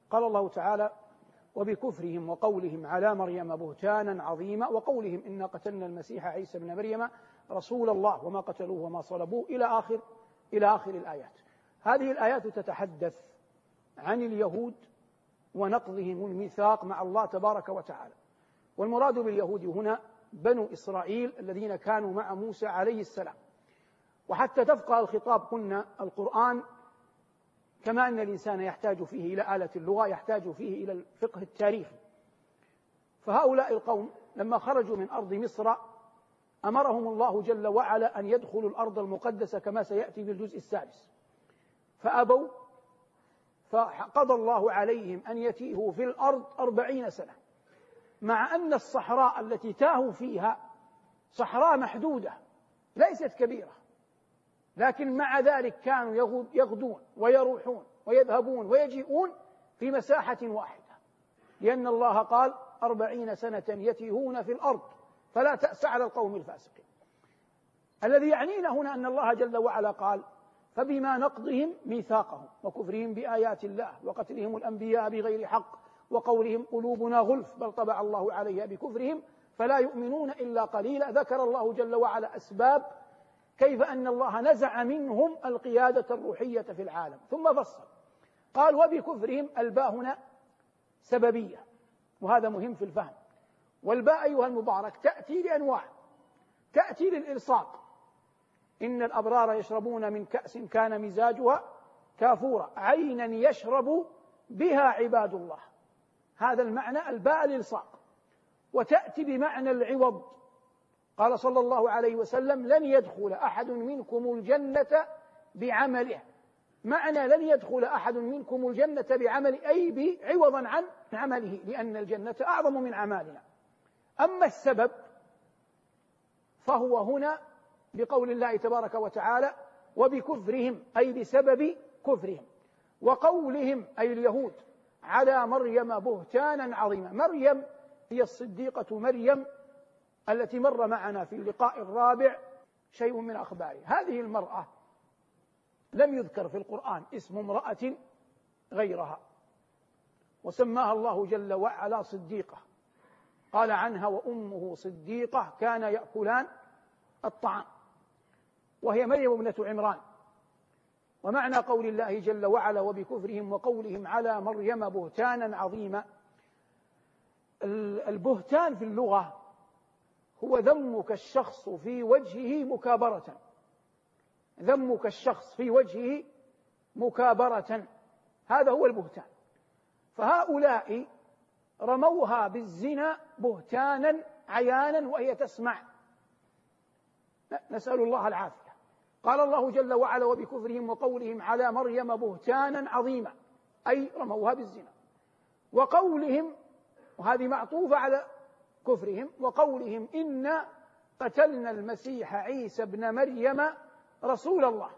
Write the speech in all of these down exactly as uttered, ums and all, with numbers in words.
قال الله تعالى: وبكفرهم وقولهم على مريم بهتانا عظيما وقولهم إنا قتلنا المسيح عيسى بن مريم رسول الله وما قتلوه وما صلبوه إلى آخر إلى آخر الآيات. هذه الآيات تتحدث عن اليهود ونقضهم الميثاق مع الله تبارك وتعالى، والمراد باليهود هنا بنو إسرائيل الذين كانوا مع موسى عليه السلام. وحتى تفقه الخطاب قلنا القرآن كما أن الإنسان يحتاج فيه إلى آلة اللغة يحتاج فيه إلى الفقه التاريخي. فهؤلاء القوم لما خرجوا من أرض مصر أمرهم الله جل وعلا أن يدخلوا الأرض المقدسة كما سيأتي في الجزء السادس، فأبوا، فقضى الله عليهم أن يتيهوا في الأرض أربعين سنة، مع أن الصحراء التي تاهوا فيها صحراء محدودة ليست كبيرة، لكن مع ذلك كانوا يغدون ويروحون ويذهبون ويجيئون في مساحة واحدة، لأن الله قال أربعين سنة يتيهون في الأرض فلا تأس على القوم الفاسقين. الذي يعنينا هنا أن الله جل وعلا قال: فبما نقضهم ميثاقهم وكفرهم بآيات الله وقتلهم الأنبياء بغير حق وقولهم قلوبنا غلف بل طبع الله عليها بكفرهم فلا يؤمنون إلا قليلا. ذكر الله جل وعلا أسباب كيف أن الله نزع منهم القيادة الروحية في العالم، ثم فصل قال: وبكفرهم. الباء هنا سببية، وهذا مهم في الفهم. والباء أيها المبارك تأتي لأنواع، تأتي للإلصاق: إن الأبرار يشربون من كأس كان مزاجها كافورا عينا يشرب بها عباد الله، هذا المعنى الباء الإلصاق. وتأتي بمعنى العوض، قال صلى الله عليه وسلم: لن يدخل أحد منكم الجنة بعمله، معنى لن يدخل أحد منكم الجنة بعمل أي بعوضا عن عمله، لأن الجنة أعظم من أعمالنا. أما السبب فهو هنا بقول الله تبارك وتعالى: وبكفرهم، أي بسبب كفرهم، وقولهم أي اليهود على مريم بهتانا عظيما. مريم هي الصديقة مريم التي مر معنا في اللقاء الرابع شيء من أخباره. هذه المرأة لم يذكر في القرآن اسم امرأة غيرها، وسماها الله جل وعلا صديقة، قال عنها: وأمه صديقة كان يأكلان الطعام، وهي مريم ابنة عمران. ومعنى قول الله جل وعلا: وبكفرهم وقولهم على مريم بهتانا عظيما، البهتان في اللغة هو ذمك الشخص في وجهه مكابرة، ذمك الشخص في وجهه مكابرة، هذا هو البهتان. فهؤلاء رموها بالزنا بهتانا عيانا وهي تسمع، نسأل الله العافية. قال الله جل وعلا: وبكفرهم وقولهم على مريم بهتانا عظيما، أي رموها بالزنا. وقولهم، وهذه معطوفة على كفرهم، وقولهم إنا قتلنا المسيح عيسى ابن مريم رسول الله.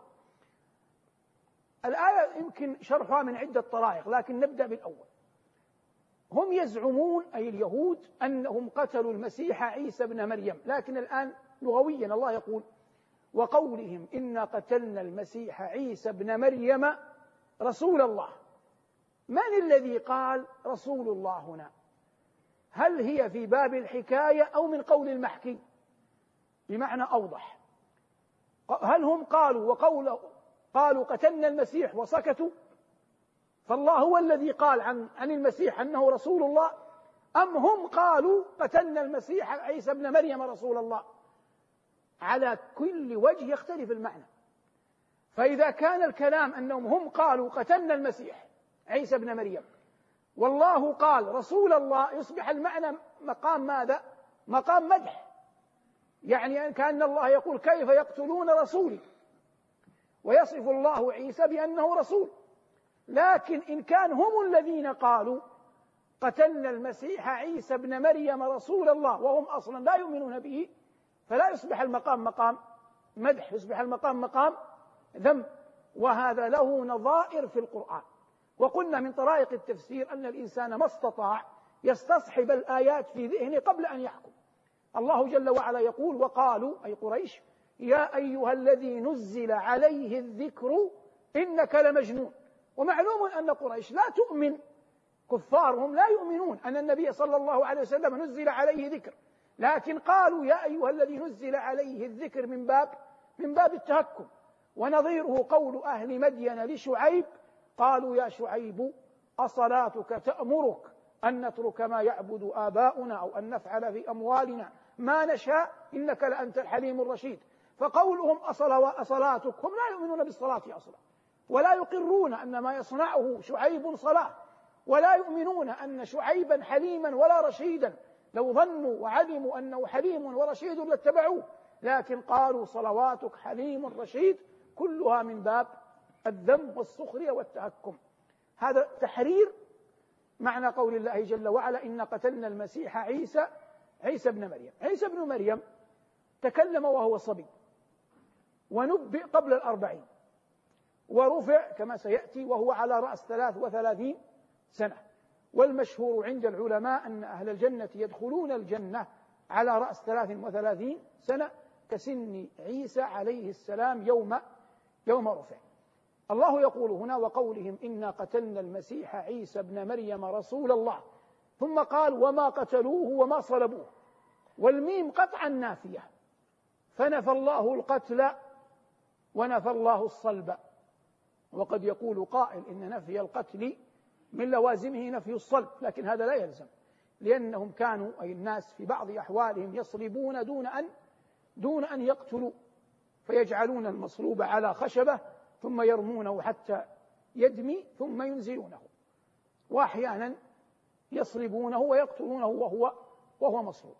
الآية يمكن شرحها من عدة طرائق، لكن نبدأ بالأول. هم يزعمون أي اليهود أنهم قتلوا المسيح عيسى ابن مريم، لكن الآن لغويا الله يقول: وقولهم إنا قتلنا المسيح عيسى ابن مريم رسول الله. من الذي قال رسول الله هنا؟ هل هي في باب الحكاية أو من قول المحكي؟ بمعنى أوضح، هل هم قالوا وقول قالوا قتلنا المسيح وسكتوا، فالله هو الذي قال عن عن المسيح أنه رسول الله، أم هم قالوا قتلنا المسيح عيسى ابن مريم رسول الله؟ على كل وجه يختلف المعنى. فإذا كان الكلام أنهم هم قالوا قتلنا المسيح عيسى ابن مريم والله قال رسول الله، يصبح المعنى مقام ماذا؟ مقام مدح، يعني كأن الله يقول: كيف يقتلون رسولي، ويصف الله عيسى بأنه رسول. لكن إن كان هم الذين قالوا قتلنا المسيح عيسى ابن مريم رسول الله وهم أصلا لا يؤمنون به، فلا يصبح المقام مقام مدح، يصبح المقام مقام ذم، وهذا له نظائر في القرآن. وقلنا من طرائق التفسير أن الإنسان ما استطاع يستصحب الآيات في ذهنه قبل أن يحكم. الله جل وعلا يقول: وقالوا أي قريش يا أيها الذي نزل عليه الذكر إنك لمجنون. ومعلوم أن قريش لا تؤمن كفارهم لا يؤمنون أن النبي صلى الله عليه وسلم نزل عليه ذكر، لكن قالوا يا أيها الذي نزل عليه الذكر من باب من باب التهكم. ونظيره قول أهل مدين لشعيب قالوا يا شعيب أصلاتك تأمرك أن نترك ما يعبد آباؤنا أو أن نفعل في أموالنا ما نشاء إنك لأنت الحليم الرشيد. فقولهم أصلاتك، هم لا يؤمنون بالصلاة أصلا، ولا يقرون أن ما يصنعه شعيب صلاة، ولا يؤمنون أن شعيبا حليما ولا رشيدا. لو ظنوا وعلموا أنه حليم ورشيد لاتبعوه، لكن قالوا صلواتك حليم رشيد، كلها من باب الذم والسخرية والتهكم. هذا تحرير معنى قول الله جل وعلا إن قتلنا المسيح عيسى عيسى بن مريم. عيسى بن مريم تكلم وهو صبي، ونبئ قبل الأربعين، ورفع كما سيأتي وهو على رأس ثلاث وثلاثين سنة. والمشهور عند العلماء أن أهل الجنة يدخلون الجنة على رأس ثلاث وثلاثين سنة كسن عيسى عليه السلام يوم يوم رفع. الله يقول هنا وقولهم إنا قتلنا المسيح عيسى بن مريم رسول الله، ثم قال وما قتلوه وما صلبوه، والميم قطعا نافية، فنفى الله القتل ونفى الله الصلب. وقد يقول قائل إن نفي القتل من لوازمه نفي الصلب، لكن هذا لا يلزم، لأنهم كانوا أي الناس في بعض أحوالهم يصلبون دون أن دون أن يقتلوا، فيجعلون المصلوب على خشبة ثم يرمونه حتى يدمي ثم ينزلونه، وأحيانا يصلبونه ويقتلونه وهو وهو مصلوب.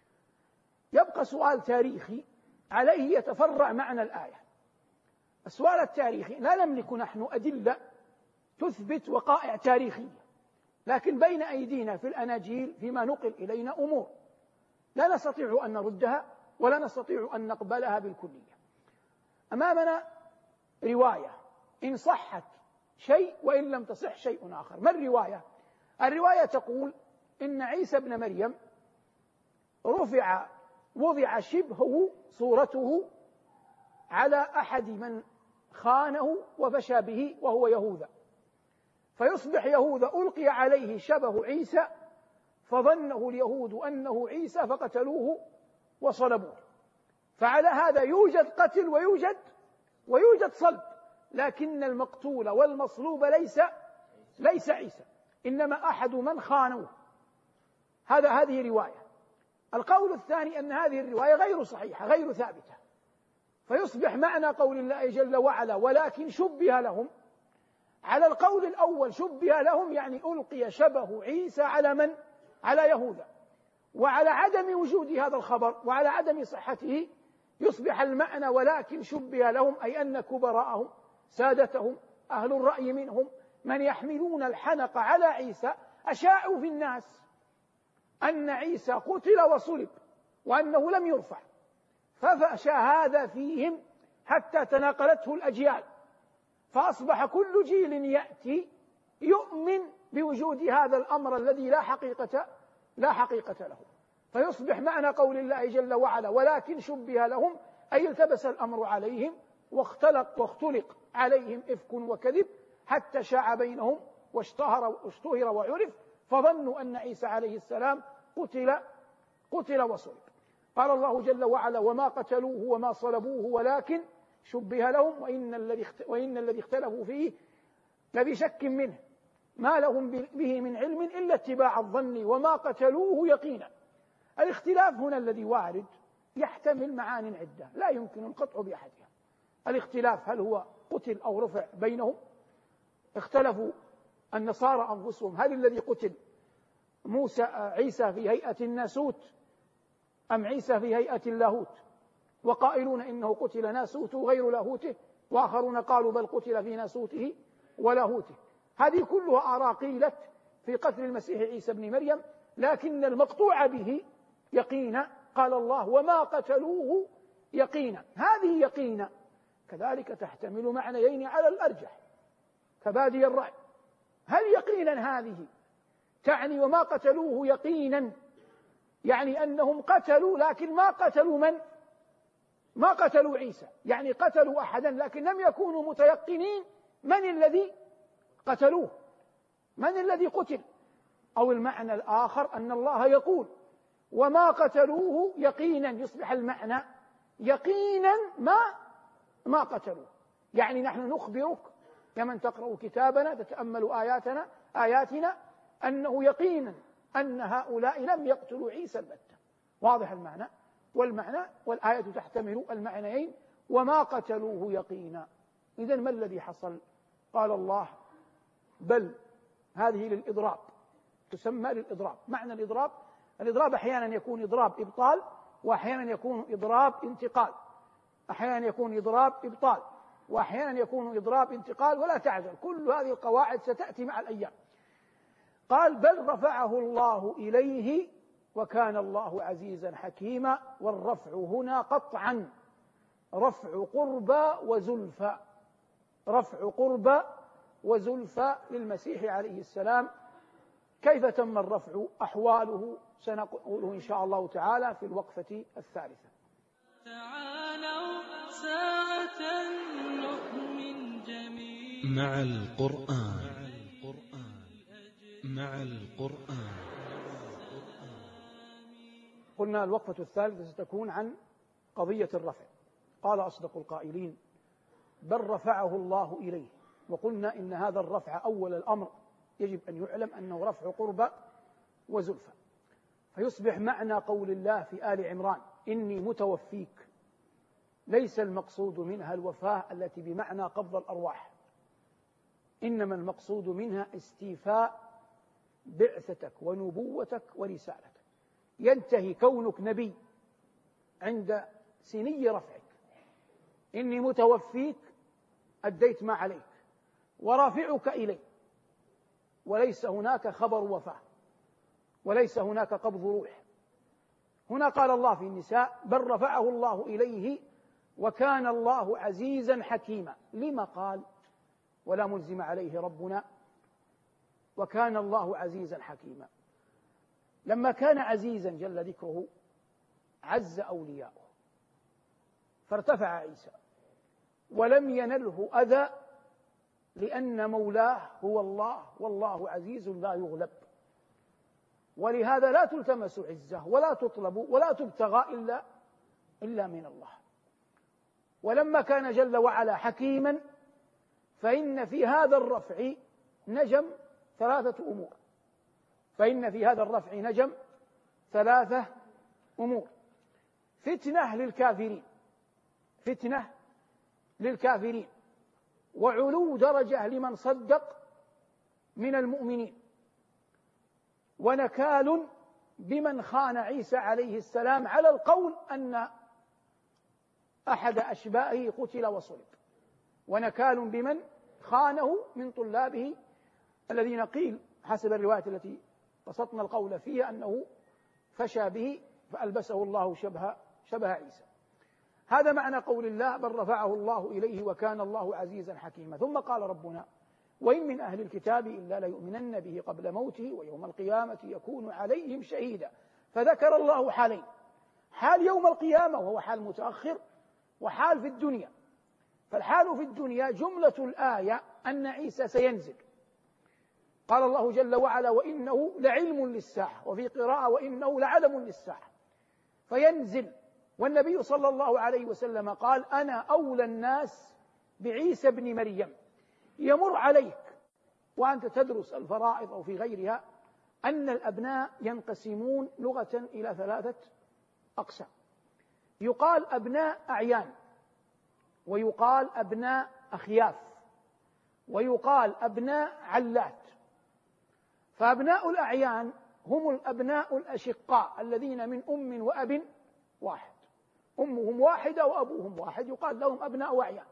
يبقى سؤال تاريخي عليه يتفرع معنى الآية. السؤال التاريخي، لا نملك نحن أدلة تثبت وقائع تاريخية، لكن بين أيدينا في الأناجيل فيما نقل إلينا أمور لا نستطيع أن نردها ولا نستطيع أن نقبلها بالكلية. أمامنا رواية إن صحت شيء وإن لم تصح شيء آخر. ما الرواية؟ الرواية تقول إن عيسى بن مريم رفع وضع شبهه صورته على أحد من خانه وفشى به وهو يهوذا، فيصبح يهوذا ألقي عليه شبه عيسى فظنه اليهود أنه عيسى فقتلوه وصلبوه. فعلى هذا يوجد قتل ويوجد ويوجد صلب، لكن المقتول والمصلوب ليس ليس عيسى، إنما أحد من خانوه. هذا هذه رواية. القول الثاني أن هذه الرواية غير صحيحة غير ثابتة، فيصبح معنى قول الله جل وعلا ولكن شبه لهم، على القول الأول شبه لهم يعني ألقي شبه عيسى على من؟ على يهوذا. وعلى عدم وجود هذا الخبر وعلى عدم صحته يصبح المعنى ولكن شبه لهم، أي أن كبراءهم سادتهم أهل الرأي منهم من يحملون الحنق على عيسى أشاعوا في الناس أن عيسى قتل وصلب وأنه لم يرفع، ففأشى هذا فيهم حتى تناقلته الأجيال، فأصبح كل جيل يأتي يؤمن بوجود هذا الأمر الذي لا حقيقة لا حقيقة له. فيصبح معنى قول الله جل وعلا ولكن شبه لهم أي التبس الأمر عليهم واختلق واختلق عليهم إفك وكذب حتى شاع بينهم واشتهر واشتهر وعرف، فظنوا أن عيسى عليه السلام قتل قتل وصلب. قال الله جل وعلا وما قتلوه وما صلبوه ولكن شبه لهم وإن الذي وإن الذي اختلفوا فيه لفي شك منه ما لهم به من علم إلا اتباع الظن وما قتلوه يقينا. الاختلاف هنا الذي وارد يحتمل معان عدة لا يمكن القطع بأحدها. الاختلاف هل هو قتل أو رفع بينهم؟ اختلفوا النصارى أنفسهم هل الذي قتل موسى عيسى في هيئة الناسوت أم عيسى في هيئة اللاهوت، وقائلون إنه قتل ناسوته غير لاهوته، وآخرون قالوا بل قتل في ناسوته ولاهوته. هذه كلها آراء قيلت في قتل المسيح عيسى بن مريم، لكن المقطوع به يقينا قال الله وما قتلوه يقينا. هذه يقينا كذلك تحتمل معنيين على الأرجح كبادي الرأي. هل يقينا هذه تعني وما قتلوه يقينا يعني أنهم قتلوا لكن ما قتلوا من؟ ما قتلوا عيسى، يعني قتلوا أحدا لكن لم يكونوا متيقنين من الذي قتلوه من الذي قتل. أو المعنى الآخر أن الله يقول وما قتلوه يقينا، يصبح المعنى يقينا ما ما قتلوه، يعني نحن نخبرك يا من تقرأ كتابنا تتأمل آياتنا آياتنا أنه يقينا أن هؤلاء لم يقتلوا عيسى البتة. واضح المعنى؟ والمعنى والآية تحتمل المعنيين، وما قتلوه يقينا. إذن ما الذي حصل؟ قال الله بل هذه للإضراب، تسمى للإضراب. معنى الإضراب، الإضراب أحيانا يكون إضراب إبطال، وأحيانا يكون إضراب انتقال، أحيانا يكون إضراب إبطال، وأحيانا يكون إضراب انتقال، ولا تعجل، كل هذه القواعد ستأتي مع الأيام. قال بل رفعه الله إليه وكان الله عزيزا حكيما. والرفع هنا قطعا رفع قربى وزلفى، رفع قربى وزلفى للمسيح عليه السلام. كيف تم الرفع؟ أحواله سنقوله إن شاء الله تعالى في الوقفة الثالثة. تعالوا ساعة نؤمن جميعا مع القرآن مع القرآن. قلنا الوقفة الثالثة ستكون عن قضية الرفع. قال أصدق القائلين بل رفعه الله إليه. وقلنا إن هذا الرفع أول الأمر يجب أن يعلم أنه رفع قربى وزلفى، فيصبح معنى قول الله في آل عمران إني متوفيك ليس المقصود منها الوفاة التي بمعنى قبض الأرواح، إنما المقصود منها استيفاء بعثتك ونبوتك ورسالتك. ينتهي كونك نبي عند سني رفعك. إني متوفيك أديت ما عليك ورافعك إلي، وليس هناك خبر وفاة وليس هناك قبض روح. هنا قال الله في النساء بل رفعه الله إليه وكان الله عزيزا حكيما. لما قال ولا ملزم عليه ربنا وكان الله عزيزا حكيما؟ لما كان عزيزا جل ذكره عز أولياؤه، فارتفع عيسى ولم ينله أذى لأن مولاه هو الله والله عزيز لا يغلب، ولهذا لا تلتمس عزة ولا تطلب ولا تبتغى إلا إلا من الله. ولما كان جل وعلا حكيما فإن في هذا الرفع نجم ثلاثة أمور فإن في هذا الرفع نجم ثلاثة أمور فتنة للكافرين فتنة للكافرين وعلو درجة لمن صدق من المؤمنين، ونكال بمن خان عيسى عليه السلام على القول أن أحد أشبائه قتل وصلب، ونكال بمن خانه من طلابه الذين قيل حسب الرواية التي بسطنا القول فيها أنه فشى به فألبسه الله شبه, شبه عيسى. هذا معنى قول الله بل رفعه الله إليه وكان الله عزيزا حكيما. ثم قال ربنا وإن من أهل الكتاب إلا ليؤمنن به قبل موته ويوم القيامة يكون عليهم شهيدا. فذكر الله حالين، حال يوم القيامة وهو حال متأخر، وحال في الدنيا. فالحال في الدنيا جملة الآية أن عيسى سينزل. قال الله جل وعلا وإنه لعلم للساعة، وفي قراءة وإنه لعلم للساعة، فينزل. والنبي صلى الله عليه وسلم قال أنا أولى الناس بعيسى بن مريم. يمر عليك وأنت تدرس الفرائض أو في غيرها أن الأبناء ينقسمون لغة إلى ثلاثة أقسام. يقال أبناء أعيان، ويقال أبناء أخياف، ويقال أبناء علات. فأبناء الأعيان هم الأبناء الأشقاء الذين من أم وأب واحد، أمهم واحدة وأبوهم واحد، يقال لهم أبناء أعيان.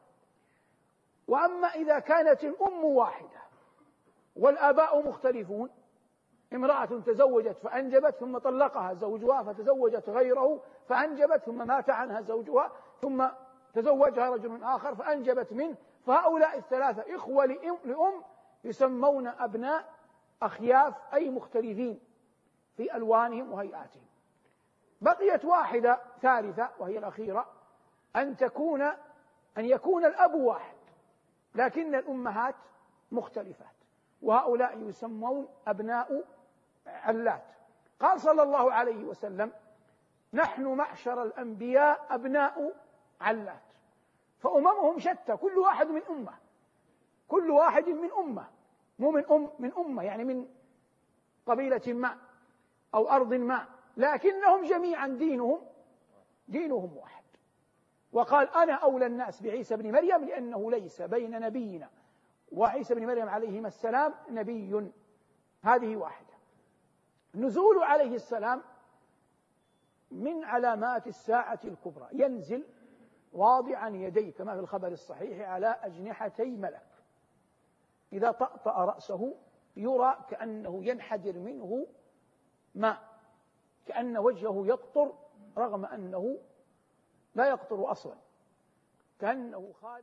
وأما إذا كانت الأم واحدة والآباء مختلفون، امرأة تزوجت فأنجبت ثم طلقها زوجها فتزوجت غيره فأنجبت ثم مات عنها زوجها ثم تزوجها رجل آخر فأنجبت منه، فهؤلاء الثلاثة إخوة لأم يسمون أبناء أخياف، أي مختلفين في ألوانهم وهيئاتهم. بقيت واحدة ثالثة وهي الأخيرة، أن تكون أن يكون الأب واحد لكن الأمهات مختلفات، وهؤلاء يسمون أبناء علات. قال صلى الله عليه وسلم: نحن معشر الأنبياء أبناء علات، فأممهم شتى، كل واحد من أمة، كل واحد من أمة، مو من أم من أمة يعني من قبيلة ما أو أرض ما، لكنهم جميعا دينهم دينهم واحد. وقال: أنا أولى الناس بعيسى بن مريم لأنه ليس بين نبينا وعيسى بن مريم عليهما السلام نبي. هذه واحدة. نزول عليه السلام من علامات الساعة الكبرى، ينزل واضعا يديه كما في الخبر الصحيح على أجنحتي ملك، إذا طأطأ رأسه يرى كأنه ينحدر منه ماء، كأن وجهه يقطر رغم أنه لا يقطر أصلا، كأنه خارج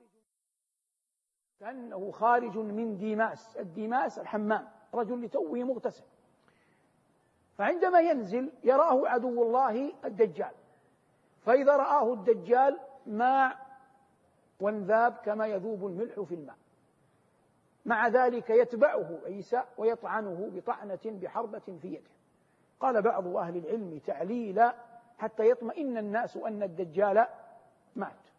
كأنه خارج من ديماس. الديماس الحمام، رجل لتوه مغتسل. فعندما ينزل يراه عدو الله الدجال، فإذا رآه الدجال ماء وانذاب كما يذوب الملح في الماء. مع ذلك يتبعه عيسى ويطعنه بطعنة بحربة في يده. قال بعض أهل العلم تعليلا حتى يطمئن الناس أن الدجال مات،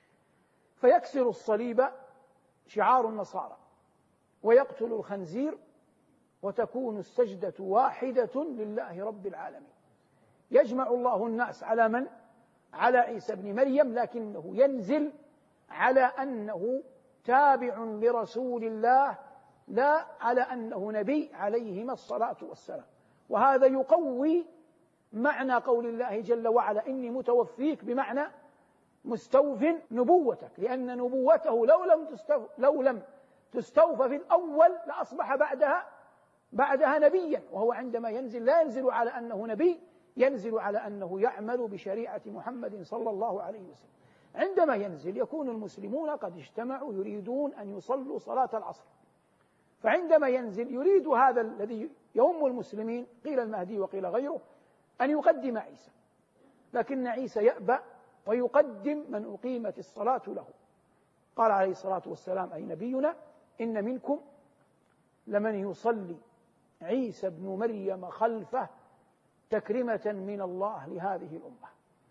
فيكسر الصليب شعار النصارى ويقتل الخنزير، وتكون السجدة واحدة لله رب العالمين. يجمع الله الناس على من؟ على عيسى بن مريم، لكنه ينزل على أنه تابع لرسول الله لا على أنه نبي عليهما الصلاة والسلام. وهذا يقوي معنى قول الله جل وعلا: إني متوفيك، بمعنى مستوف نبوتك، لأن نبوته لو لم تستوف لو لم تستوفى في الأول لأصبح بعدها بعدها نبيا. وهو عندما ينزل لا ينزل على أنه نبي، ينزل على أنه يعمل بشريعة محمد صلى الله عليه وسلم. عندما ينزل يكون المسلمون قد اجتمعوا يريدون أن يصلوا صلاة العصر، فعندما ينزل يريد هذا الذي يهم المسلمين، قيل المهدي وقيل غيره، أن يقدم عيسى، لكن عيسى يأبى ويقدم من أقيمت الصلاة له. قال عليه الصلاة والسلام: أي نبينا: إن منكم لمن يصلي عيسى بن مريم خلفه تكرمة من الله لهذه الأمة.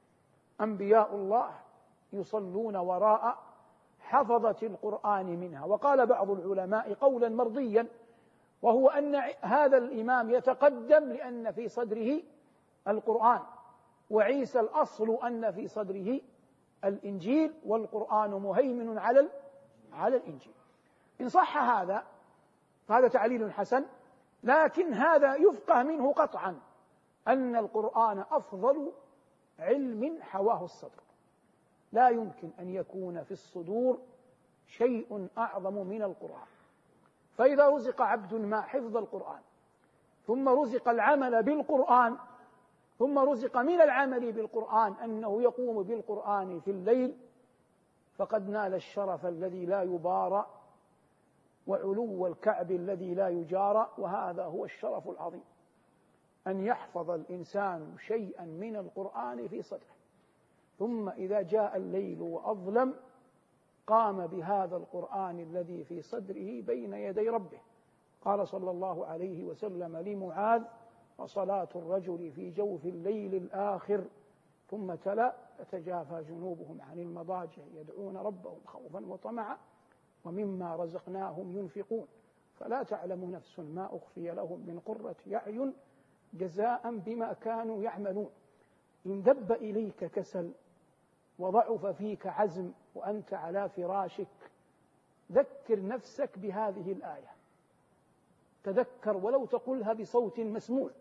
أنبياء الله يصلون وراء حفظة القرآن منها. وقال بعض العلماء قولا مرضيا، وهو أن هذا الإمام يتقدم لأن في صدره القرآن، وعيسى الأصل أن في صدره الإنجيل، والقرآن مهيمن على على الإنجيل. إن صح هذا فهذا تعليل حسن، لكن هذا يفقه منه قطعا أن القرآن أفضل علم حواه الصدر. لا يمكن أن يكون في الصدور شيء أعظم من القرآن. فإذا رزق عبد ما حفظ القرآن، ثم رزق العمل بالقرآن، ثم رزق من العمل بالقرآن أنه يقوم بالقرآن في الليل، فقد نال الشرف الذي لا يبارى وعلو الكعب الذي لا يجارى. وهذا هو الشرف العظيم، أن يحفظ الإنسان شيئا من القرآن في صدره، ثم إذا جاء الليل وأظلم قام بهذا القرآن الذي في صدره بين يدي ربه. قال صلى الله عليه وسلم لمعاذ: وصلاة الرجل في جوف الليل الآخر، ثم تلا: تتجافى جنوبهم عن المضاجع يدعون ربهم خوفا وطمعا ومما رزقناهم ينفقون، فلا تعلم نفس ما أخفي لهم من قرة أعين جزاء بما كانوا يعملون. إن دب إليك كسل وضعف فيك عزم وأنت على فراشك، ذكر نفسك بهذه الآية، تذكر ولو تقولها بصوت مسموع،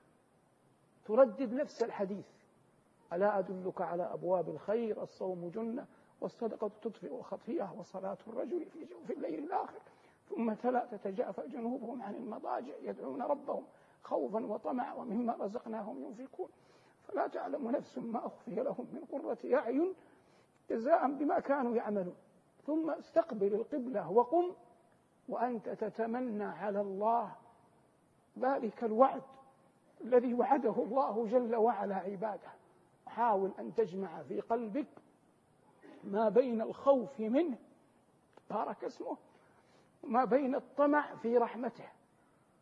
تردد نفس الحديث: ألا أدلك على أبواب الخير؟ الصوم جنة، والصدقة تطفئ الخطيئة، وصلاة الرجل في جوف الليل الآخر، ثم تلا: تتجافى جنوبهم عن المضاجع يدعون ربهم خوفا وطمعا ومما رزقناهم ينفقون، فلا تعلم نفس ما أخفي لهم من قرة أعين جزاء بما كانوا يعملون. ثم استقبل القبلة وقم وأنت تتمنى على الله ذلك الوعد الذي وعده الله جل وعلا عباده. حاول أن تجمع في قلبك ما بين الخوف منه بارك اسمه وما بين الطمع في رحمته، وحاول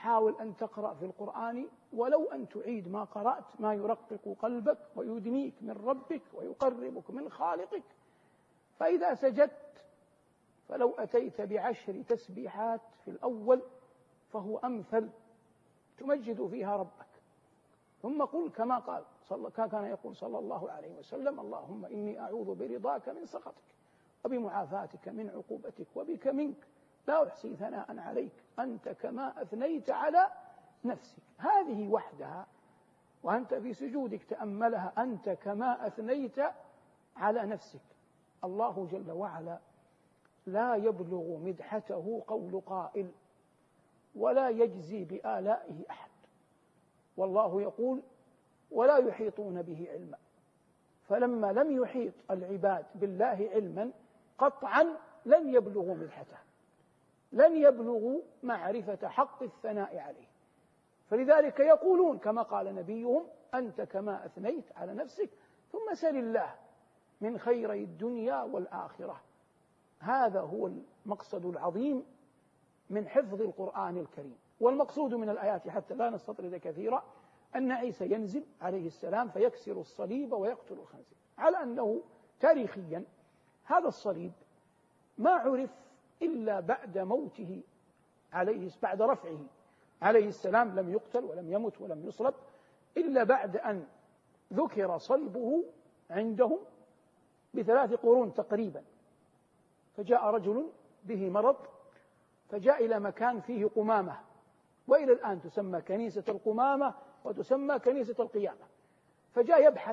حاول أن تقرأ في القرآن ولو أن تعيد ما قرأت، ما يرقق قلبك ويدنيك من ربك ويقربك من خالقك. فإذا سجدت فلو أتيت بعشر تسبيحات في الأول فهو أمثل، تمجد فيها ربك. ثم قل كما قال صلى كان يقول صلى الله عليه وسلم: اللهم إني أعوذ برضاك من سخطك وبمعافاتك من عقوبتك وبك منك، لا أحصي ثناء عليك أنت كما أثنيت على نفسك. هذه وحدها وأنت في سجودك تأملها، أنت كما أثنيت على نفسك. الله جل وعلا لا يبلغ مدحته قول قائل ولا يجزي بآلائه أحد. والله يقول: ولا يحيطون به علما. فلما لم يحيط العباد بالله علما قطعا لن يبلغوا مدحته، لن يبلغوا معرفة حق الثناء عليه. فلذلك يقولون كما قال نبيهم: أنت كما أثنيت على نفسك ثم سل الله من خيري الدنيا والآخرة. هذا هو المقصد العظيم من حفظ القرآن الكريم. والمقصود من الآيات حتى لا نستطرد كثيرا أن عيسى ينزل عليه السلام فيكسر الصليب ويقتل الخنزير، على أنه تاريخيا هذا الصليب ما عرف إلا بعد موته عليه، بعد رفعه عليه السلام، لم يقتل ولم يمت ولم يصلب إلا بعد أن ذكر صلبه عندهم بثلاث قرون تقريبا. فجاء رجل به مرض فجاء إلى مكان فيه قمامة، وإلى الآن تسمى كنيسة القمامة وتسمى كنيسة القيامة. فجاء يبحث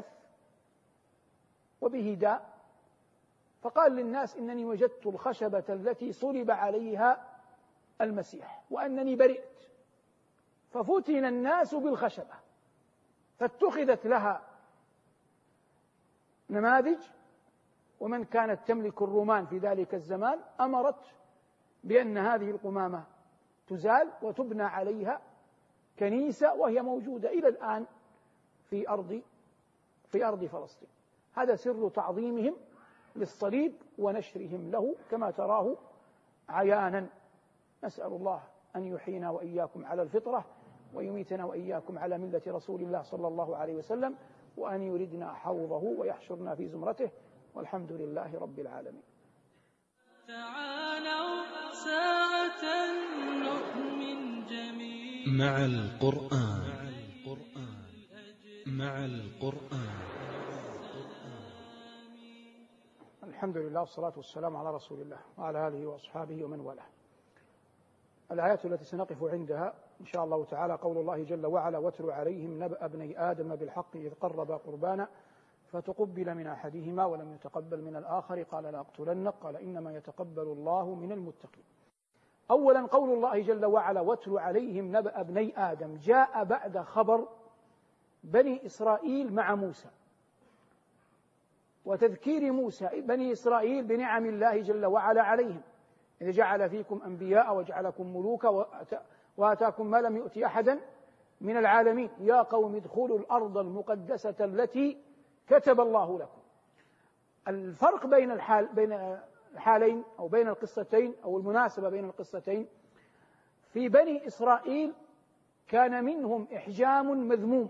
وبه داء، فقال للناس: إنني وجدت الخشبة التي صلب عليها المسيح وأنني برئت. ففتن الناس بالخشبة، فاتخذت لها نماذج، ومن كانت تملك الرومان في ذلك الزمان أمرت بأن هذه القمامة تزال وتبنى عليها كنيسة، وهي موجودة إلى الآن في أرض في أرض فلسطين. هذا سر تعظيمهم للصليب ونشرهم له كما تراه عيانا. نسأل الله أن يحيينا وإياكم على الفطرة ويميتنا وإياكم على ملة رسول الله صلى الله عليه وسلم، وأن يردنا حوضه ويحشرنا في زمرته، والحمد لله رب العالمين. تعالوا ساعة نؤمن جميعا مع القرآن مع القرآن. الحمد لله والصلاة والسلام على رسول الله وعلى آله وأصحابه ومن والاه. الآيات التي سنقف عندها إن شاء الله تعالى قول الله جل وعلا: واتل عليهم نبأ ابني آدم بالحق إذ قربا قربانا فتقبل من أحدهما ولم يتقبل من الآخر قال لأقتلنك قال إنما يتقبل الله من المتقين. أولا قول الله جل وعلا: واتل عليهم نبأ ابني آدم، جاء بعد خبر بني إسرائيل مع موسى وتذكير موسى بني إسرائيل بنعم الله جل وعلا عليهم، إذ جعل فيكم أنبياء وجعلكم ملوكا وآتاكم ما لم يؤت أحدا من العالمين، يا قوم ادخلوا الأرض المقدسة التي كتب الله لكم. الفرق بين الحال بين الحالين أو بين القصتين أو المناسبة بين القصتين: في بني إسرائيل كان منهم إحجام مذموم،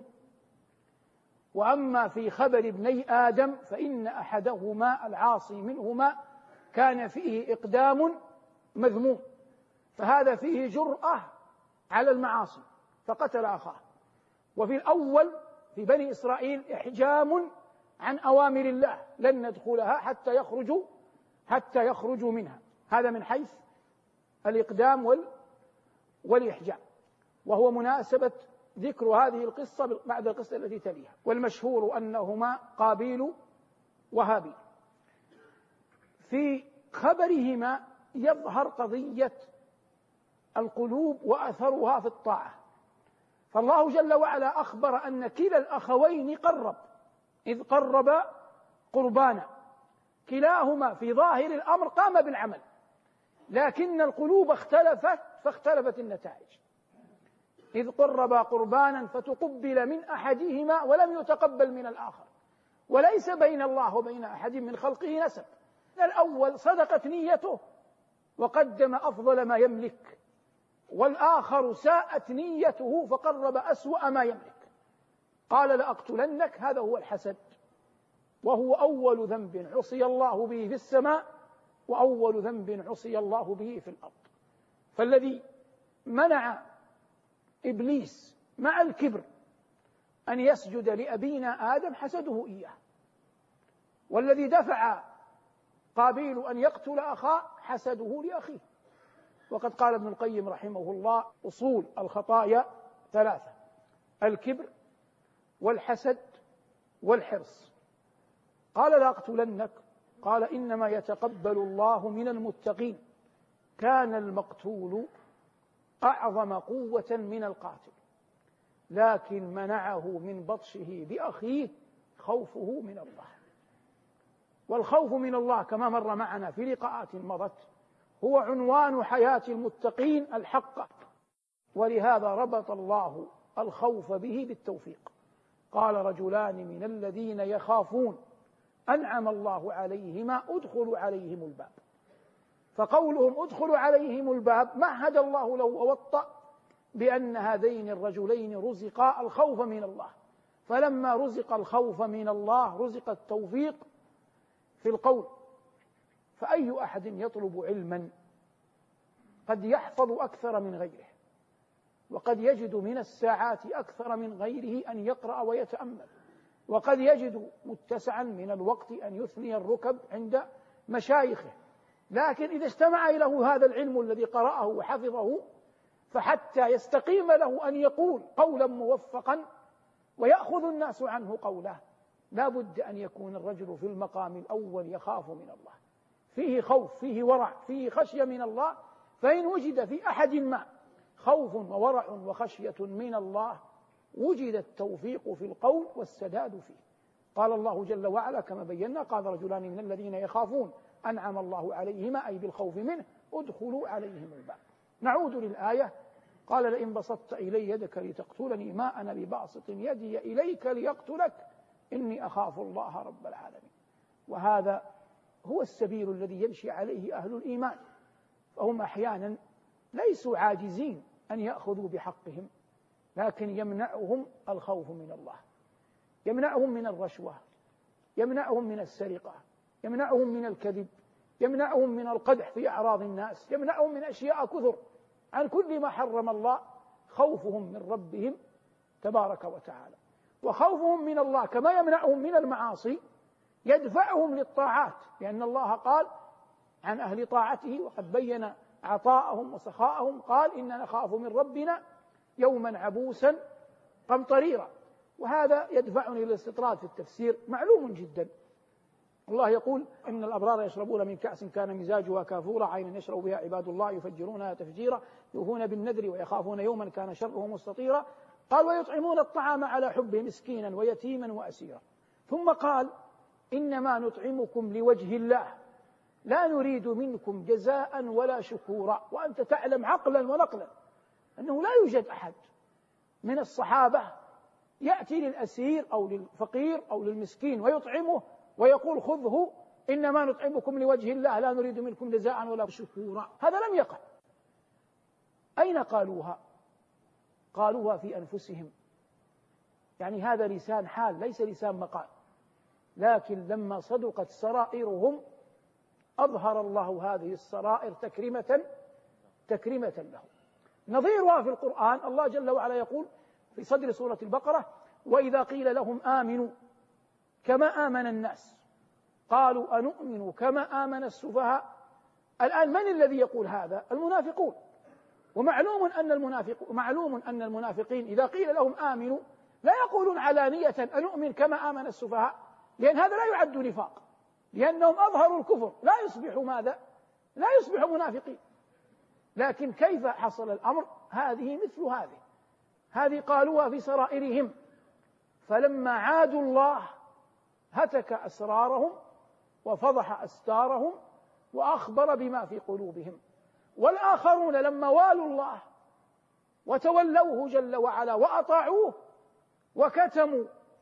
وأما في خبر ابني آدم فإن أحدهما العاصي منهما كان فيه إقدام مذموم، فهذا فيه جرأة على المعاصي فقتل أخاه. وفي الأول في بني إسرائيل إحجام عن أوامر الله، لن ندخلها حتى يخرجوا حتى يخرجوا منها. هذا من حيث الإقدام وال والإحجام، وهو مناسبة ذكر هذه القصة بعد القصة التي تليها. والمشهور أنهما قابيل وهابيل. في خبرهما يظهر قضية القلوب وأثرها في الطاعة، فالله جل وعلا أخبر أن كلا الأخوين قرب إذ قرب قربانا، كلاهما في ظاهر الأمر قام بالعمل، لكن القلوب اختلفت فاختلفت النتائج. إذ قربا قربانا فتقبل من أحدهما ولم يتقبل من الآخر، وليس بين الله وبين أحد من خلقه نسب. الأول صدقت نيته وقدم أفضل ما يملك والآخر ساءت نيته فقرب أسوأ ما يملك، قال لأقتلنك. هذا هو الحسد، وهو أول ذنب عصي الله به في السماء وأول ذنب عصي الله به في الأرض. فالذي منع إبليس مع الكبر أن يسجد لأبينا آدم حسده إياه، والذي دفع قابيل أن يقتل أخاه حسده لأخيه. وقد قال ابن القيم رحمه الله: أصول الخطايا ثلاثة: الكبر والحسد والحرص. قال لأقتلنك، قال إنما يتقبل الله من المتقين. كان المقتول أعظم قوة من القاتل، لكن منعه من بطشه بأخيه خوفه من الله. والخوف من الله كما مر معنا في لقاءات مضت هو عنوان حياة المتقين الحقة، ولهذا ربط الله الخوف به بالتوفيق. قال: رجلان من الذين يخافون أنعم الله عليهما ادخلوا عليهم الباب. فقولهم ادخلوا عليهم الباب مهد الله له ووطأ بأن هذين الرجلين رزقا الخوف من الله، فلما رزق الخوف من الله رزق التوفيق في القول. فأي أحد يطلب علما قد يحفظ أكثر من غيره، وقد يجد من الساعات أكثر من غيره أن يقرأ ويتأمل، وقد يجد متسعا من الوقت أن يثني الركب عند مشايخه، لكن إذا استمع له هذا العلم الذي قرأه وحفظه فحتى يستقيم له أن يقول قولا موفقا ويأخذ الناس عنه قوله، لا بد أن يكون الرجل في المقام الأول يخاف من الله، فيه خوف، فيه ورع، فيه خشية من الله. فإن وجد في أحد ما خوف وورع وخشية من الله وجد التوفيق في القول والسداد فيه. قال الله جل وعلا كما بينا: قال رجلان من الذين يخافون أنعم الله عليهما، أي بالخوف منه، ادخلوا عليهم الباب. نعود للآية: قال: لئن بسطت إلي يدك لتقتلني ما أنا بباسط يدي إليك ليقتلك إني أخاف الله رب العالمين. وهذا هو السبيل الذي يمشي عليه أهل الإيمان، فهم أحيانا ليسوا عاجزين أن يأخذوا بحقهم، لكن يمنعهم الخوف من الله، يمنعهم من الرشوة، يمنعهم من السرقة، يمنعهم من الكذب، يمنعهم من القدح في أعراض الناس، يمنعهم من أشياء كثر عن كل ما حرم الله، خوفهم من ربهم تبارك وتعالى. وخوفهم من الله كما يمنعهم من المعاصي يدفعهم للطاعات، لأن الله قال عن أهل طاعته وقد بين عطاءهم وسخاءهم، قال: إننا نخاف من ربنا يوما عبوسا قمطريرا. وهذا يدفعني للاستطراد في التفسير. معلوم جدا الله يقول: إن الأبرار يشربون من كأس كان مزاجها كافورا عينا يشرب بها عباد الله يفجرونها تفجيرا يوفون بالنذر ويخافون يوما كان شره مستطيرا. قال: ويطعمون الطعام على حبه مسكينا ويتيما وأسيرا. ثم قال: إنما نطعمكم لوجه الله لا نريد منكم جزاء ولا شكورا. وأنت تعلم عقلا ونقلا أنه لا يوجد أحد من الصحابة يأتي للأسير أو للفقير أو للمسكين ويطعمه ويقول: خذه إنما نطعمكم لوجه الله لا نريد منكم جزاء ولا شكورا. هذا لم يقع. أين قالوها؟ قالوها في أنفسهم، يعني هذا لسان حال ليس لسان مقال. لكن لما صدقت سرائرهم أظهر الله هذه السرائر تكريمة تكريمة له. نظيرها في القرآن الله جل وعلا يقول في صدر سورة البقرة: وإذا قيل لهم آمنوا كما آمن الناس قالوا أنؤمن كما آمن السفهاء. الآن من الذي يقول هذا؟ المنافقون. ومعلوم أن المنافق معلوم أن المنافقين إذا قيل لهم آمنوا لا يقولون علانية أنؤمن كما آمن السفهاء، لأن هذا لا يعد نفاق، لأنهم أظهروا الكفر، لا يصبحوا ماذا؟ لا يصبحوا منافقين. لكن كيف حصل الأمر؟ هذه مثل هذه هذه قالوها في سرائرهم، فلما عادوا الله هتك أسرارهم وفضح أستارهم وأخبر بما في قلوبهم. والآخرون لما والوا الله وتولوه جل وعلا وأطاعوه وكتموا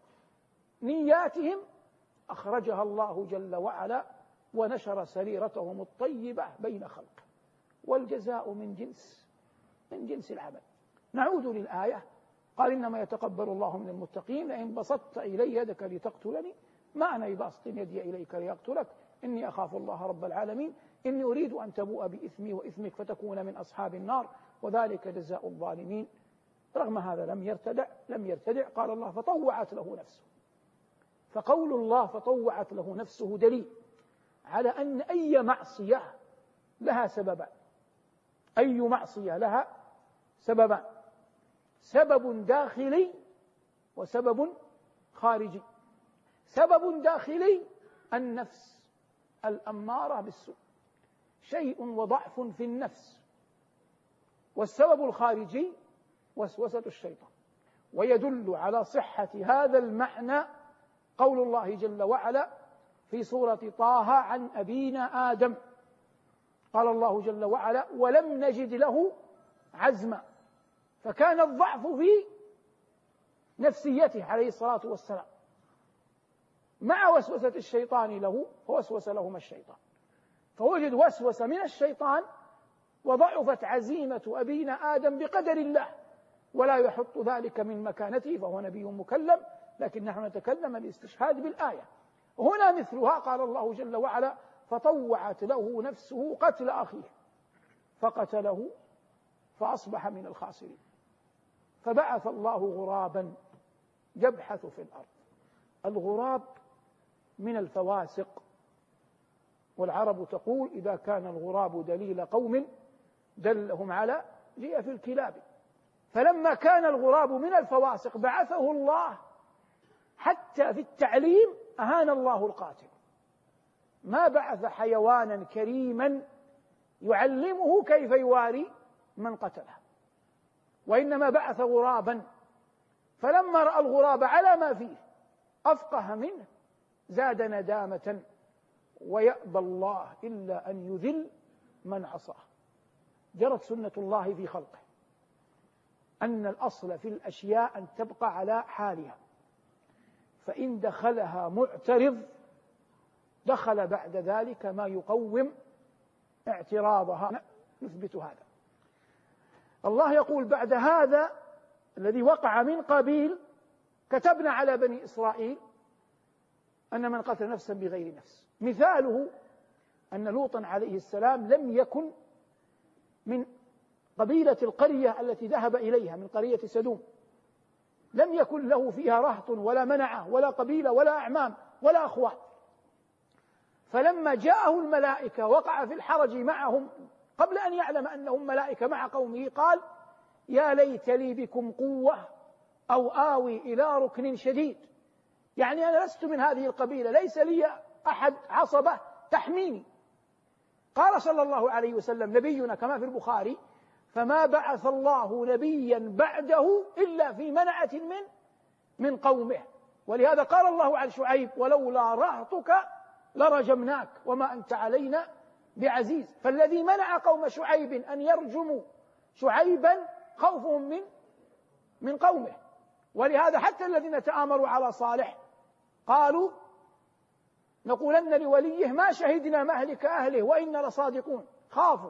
نياتهم أخرجها الله جل وعلا ونشر سريرتهم الطيبة بين خلقه. والجزاء من جنس من جنس العمل. نعود للآية. قال إنما يتقبل الله من المتقين لئن بسطت إلي يدك لتقتلني ما أنا باسط يدي إليك ليقتلك إني أخاف الله رب العالمين إني أريد أن تبوء بإثمي وإثمك فتكون من أصحاب النار وذلك جزاء الظالمين. رغم هذا لم يرتدع لم يرتدع قال الله فطوعت له نفسه. فقول الله فطوعت له نفسه دليل على أن أي معصية لها سببان. أي معصية لها سببان، سبب داخلي وسبب خارجي. سبب داخلي النفس الأمارة بالسوء، شيء وضعف في النفس. والسبب الخارجي وسوسة الشيطان. ويدل على صحة هذا المعنى قول الله جل وعلا في سورة طه عن أبينا آدم. قال الله جل وعلا ولم نجد له عزما. فكان الضعف في نفسيته عليه الصلاة والسلام مع وسوسة الشيطان له، فوسوس لهما الشيطان فوجد وسوسة من الشيطان وضعفت عزيمة أبينا آدم بقدر الله، ولا يحط ذلك من مكانته فهو نبي مكلم، لكن نحن نتكلم الاستشهاد بالآية. هنا مثلها قال الله جل وعلا فطوعت له نفسه قتل أخيه فقتله فأصبح من الخاسرين. فبعث الله غرابا يبحث في الأرض. الغراب من الفواسق، والعرب تقول إذا كان الغراب دليل قوم دلهم على جيف الكلاب. فلما كان الغراب من الفواسق بعثه الله حتى في التعليم. أهان الله القاتل، ما بعث حيوانا كريما يعلمه كيف يواري من قتله، وإنما بعث غرابا. فلما رأى الغراب على ما فيه أفقه منه زاد ندامة، ويأبى الله إلا أن يذل من عصاه. جرت سنة الله في خلقه أن الأصل في الأشياء أن تبقى على حالها، فإن دخلها معترض دخل بعد ذلك ما يقوم اعتراضها. نثبت هذا. الله يقول بعد هذا الذي وقع من قبيل كتبنا على بني إسرائيل أن من قتل نفسا بغير نفس. مثاله أن لوطا عليه السلام لم يكن من قبيلة القرية التي ذهب إليها من قرية سدوم، لم يكن له فيها رهط ولا منعه ولا قبيلة ولا أعمام ولا أخوات. فلما جاءه الملائكة وقع في الحرج معهم قبل أن يعلم أنهم ملائكة مع قومه قال يا ليت لي بكم قوة أو آوي إلى ركن شديد. يعني أنا لست من هذه القبيلة، ليس لي أحد عصبة تحميني. قال صلى الله عليه وسلم نبينا كما في البخاري فما بعث الله نبيا بعده إلا في منعة من من قومه. ولهذا قال الله عن شعيب ولولا رهطك لرجمناك وما أنت علينا بعزيز. فالذي منع قوم شعيب أن يرجموا شعيبا خوفهم من من قومه. ولهذا حتى الذين تآمروا على صالح قالوا نقولن لوليه ما شهدنا مهلك أهله وإنا لصادقون، خافوا.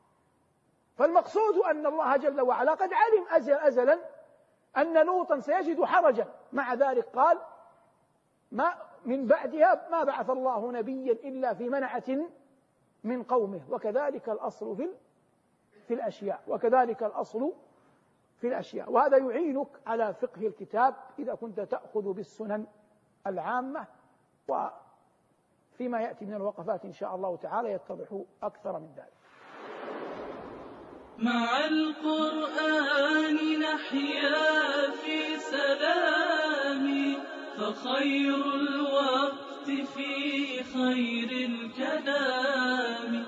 فالمقصود أن الله جل وعلا قد علم أزل أزلا أن لوطا سيجد حرجا، مع ذلك قال ما من بعدها ما بعث الله نبيا إلا في منعة من قومه. وكذلك الأصل في في الأشياء وكذلك الأصل في الأشياء. وهذا يعينك على فقه الكتاب إذا كنت تأخذ بالسنن العامة، وفيما يأتي من الوقفات إن شاء الله تعالى يتضح أكثر من ذلك. مع القرآن نحيا في سلام، فخير الوقت في خير الكلام،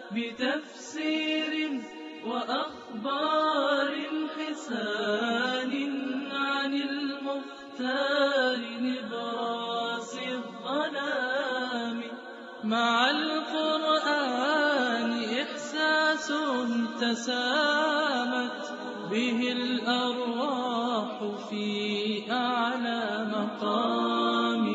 بتفسير وأخبار حسان عن المختار نبراس الظلام. مع القرآن إحساس تسامت به الأرواح في أعلى مقام.